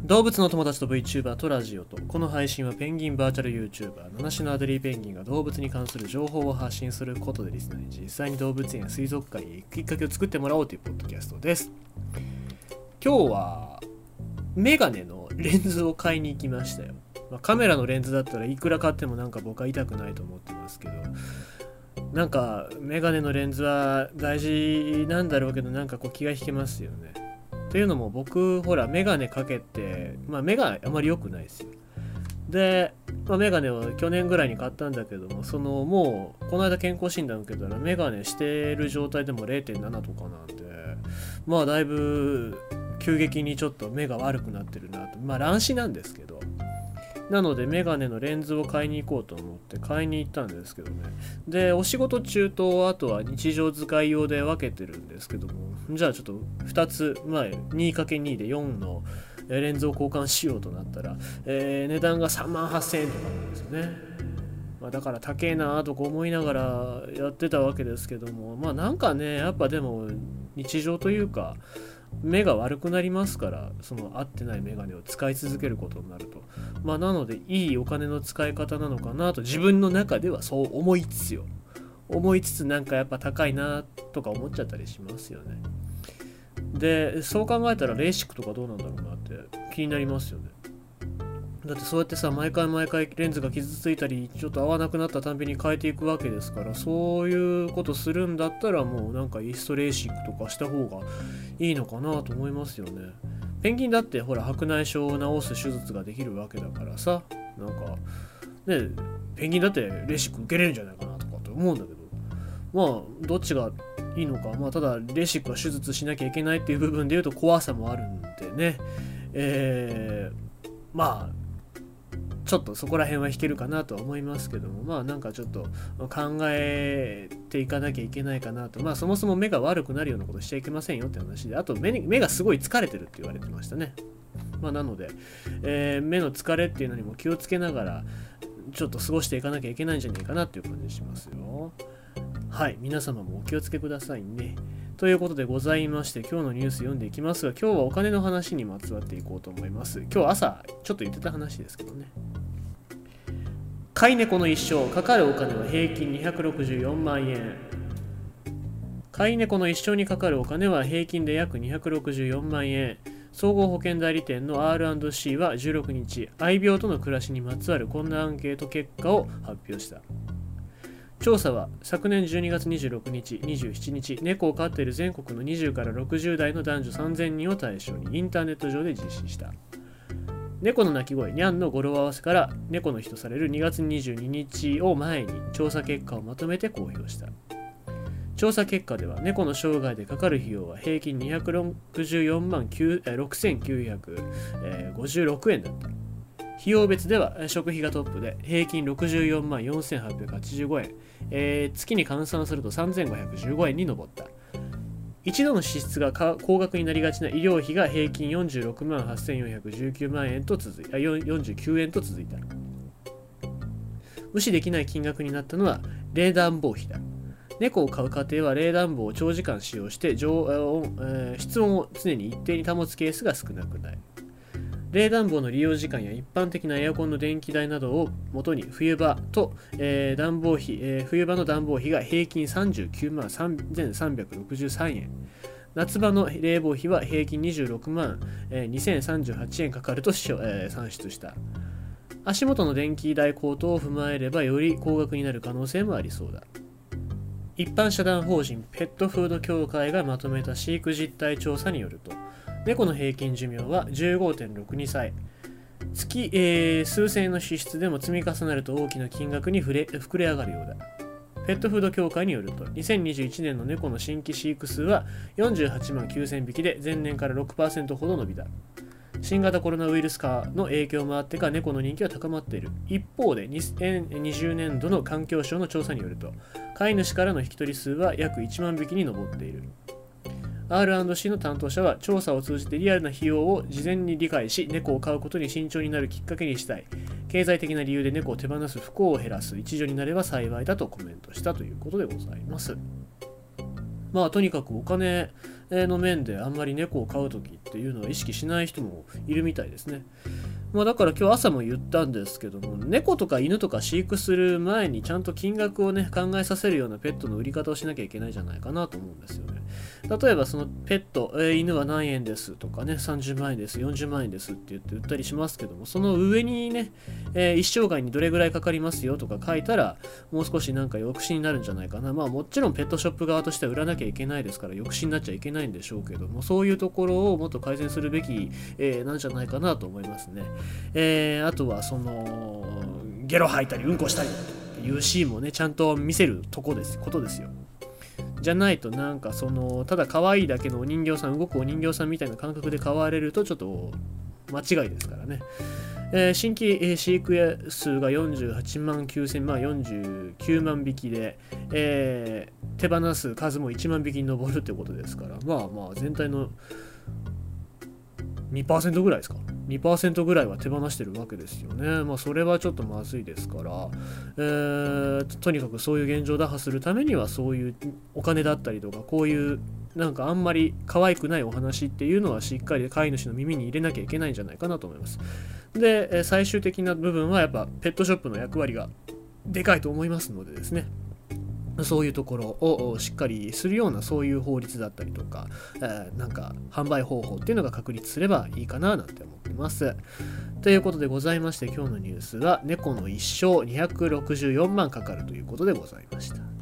動物の友達と VTuber とラジオと、この配信はペンギンバーチャル YouTuber 七種のアデリーペンギンが動物に関する情報を発信することでリスナーに実際に動物園や水族館へ行くきっかけを作ってもらおうというポッドキャストです。今日はメガネのレンズを買いに行きましたよ。カメラのレンズだったらいくら買っても僕は痛くないと思ってますけど、メガネのレンズは大事なんだろうけど気が引けますよね。っていうのも僕メガネかけて目があまり良くないですよ。で、メガネを去年ぐらいに買ったんだけども、もうこの間健康診断受けたらメガネしてる状態でも 0.7 とかなんで、だいぶ急激にちょっと目が悪くなってるなと。乱視なんですけど、なのでメガネのレンズを買いに行こうと思って買いに行ったんですけどね。で、お仕事中とあとは日常使い用で分けてるんですけども、じゃあちょっと2つ、2×2 で4のレンズを交換しようとなったら、値段が38,000円とかなんですよね。だから高えなとか思いながらやってたわけですけども、やっぱでも日常というか目が悪くなりますから、合ってないメガネを使い続けることになると、なのでいいお金の使い方なのかなと自分の中ではそう思いつつやっぱ高いなとか思っちゃったりしますよね。で、そう考えたらレーシックとかどうなんだろうなって気になりますよね。だってそうやって毎回レンズが傷ついたりちょっと合わなくなったたんびに変えていくわけですから、そういうことするんだったらもうイーストレーシックとかした方がいいのかなと思いますよね。ペンギンだって白内障を治す手術ができるわけだからさ、ペンギンだってレーシック受けれるんじゃないかなとかって思うんだけど、どっちがいいのか、ただレーシックは手術しなきゃいけないっていう部分で言うと怖さもあるんでね、ちょっとそこら辺は引けるかなとは思いますけども、ちょっと考えていかなきゃいけないかなと。そもそも目が悪くなるようなことしちゃいけませんよって話で、あと目がすごい疲れてるって言われてましたね。なので、目の疲れっていうのにも気をつけながらちょっと過ごしていかなきゃいけないんじゃないかなっていう感じしますよ。はい、皆様もお気をつけくださいね。ということでございまして、今日のニュース読んでいきますが、今日はお金の話にまつわっていこうと思います。今日朝ちょっと言ってた話ですけどね。飼い猫の一生かかるお金は平均264万円。飼い猫の一生にかかるお金は平均で約264万円。総合保険代理店の R&C は16日、愛病との暮らしにまつわるこんなアンケート結果を発表した。調査は昨年12月26日、27日、猫を飼っている全国の20から60代の男女3000人を対象にインターネット上で実施した。猫の鳴き声、ニャンの語呂合わせから猫の日とされる2月22日を前に調査結果をまとめて公表した。調査結果では猫の生涯でかかる費用は平均264万6956円だった。費用別では食費がトップで平均64万4885円、月に換算すると3515円に上った。一度の支出が高額になりがちな医療費が平均46万8419万円と49円と続いた。無視できない金額になったのは冷暖房費だ。猫を飼う家庭は冷暖房を長時間使用して室温を常に一定に保つケースが少なくない。冷暖房の利用時間や一般的なエアコンの電気代などをもとに冬場の暖房費が平均39万3363円、夏場の冷房費は平均26万2038円かかると算出した。足元の電気代高騰を踏まえればより高額になる可能性もありそうだ。一般社団法人ペットフード協会がまとめた飼育実態調査によると、猫の平均寿命は 15.62 歳。月、数千円の支出でも積み重なると大きな金額に膨れ上がるようだ。ペットフード協会によると、2021年の猫の新規飼育数は48万9000匹で前年から 6% ほど伸びた。新型コロナウイルス化の影響もあってか猫の人気は高まっている。一方で2020年度の環境省の調査によると、飼い主からの引き取り数は約1万匹に上っている。R&C の担当者は調査を通じてリアルな費用を事前に理解し、猫を飼うことに慎重になるきっかけにしたい。経済的な理由で猫を手放す不幸を減らす一助になれば幸いだとコメントしたということでございます。とにかくお金の面であんまり猫を飼うときっていうのは意識しない人もいるみたいですね。だから今日朝も言ったんですけども、猫とか犬とか飼育する前にちゃんと金額をね考えさせるようなペットの売り方をしなきゃいけないんじゃないかなと思うんですよね。例えばそのペット、犬は何円ですとかね、30万円です、40万円ですって言って売ったりしますけども、その上にね、一生涯にどれぐらいかかりますよとか書いたら、もう少しなんか抑止になるんじゃないかな。もちろんペットショップ側としては売らなきゃいけないですから抑止になっちゃいけないんでしょうけども、そういうところをもっと改善するべき、なんじゃないかなと思いますね。あとはそのゲロ吐いたりうんこしたりっていうシーンもねちゃんと見せることですよ。じゃないとなんかそのただ可愛いだけのお人形さん、動くお人形さんみたいな感覚で飼われるとちょっと間違いですからね。新規、飼育数が48万9000、49万匹で、手放す数も1万匹に上るってことですから、全体の2% ぐらいですか 2% ぐらいは手放してるわけですよね。それはちょっとまずいですから、とにかくそういう現状打破するためにはそういうお金だったりとか、こういうなんかあんまり可愛くないお話っていうのはしっかり飼い主の耳に入れなきゃいけないんじゃないかなと思います。で、最終的な部分はやっぱペットショップの役割がでかいと思いますのでですね、そういうところをしっかりするようなそういう法律だったりとか、なんか販売方法っていうのが確立すればいいかななんて思ってます。ということでございまして、今日のニュースは猫の一生264万かかるということでございました。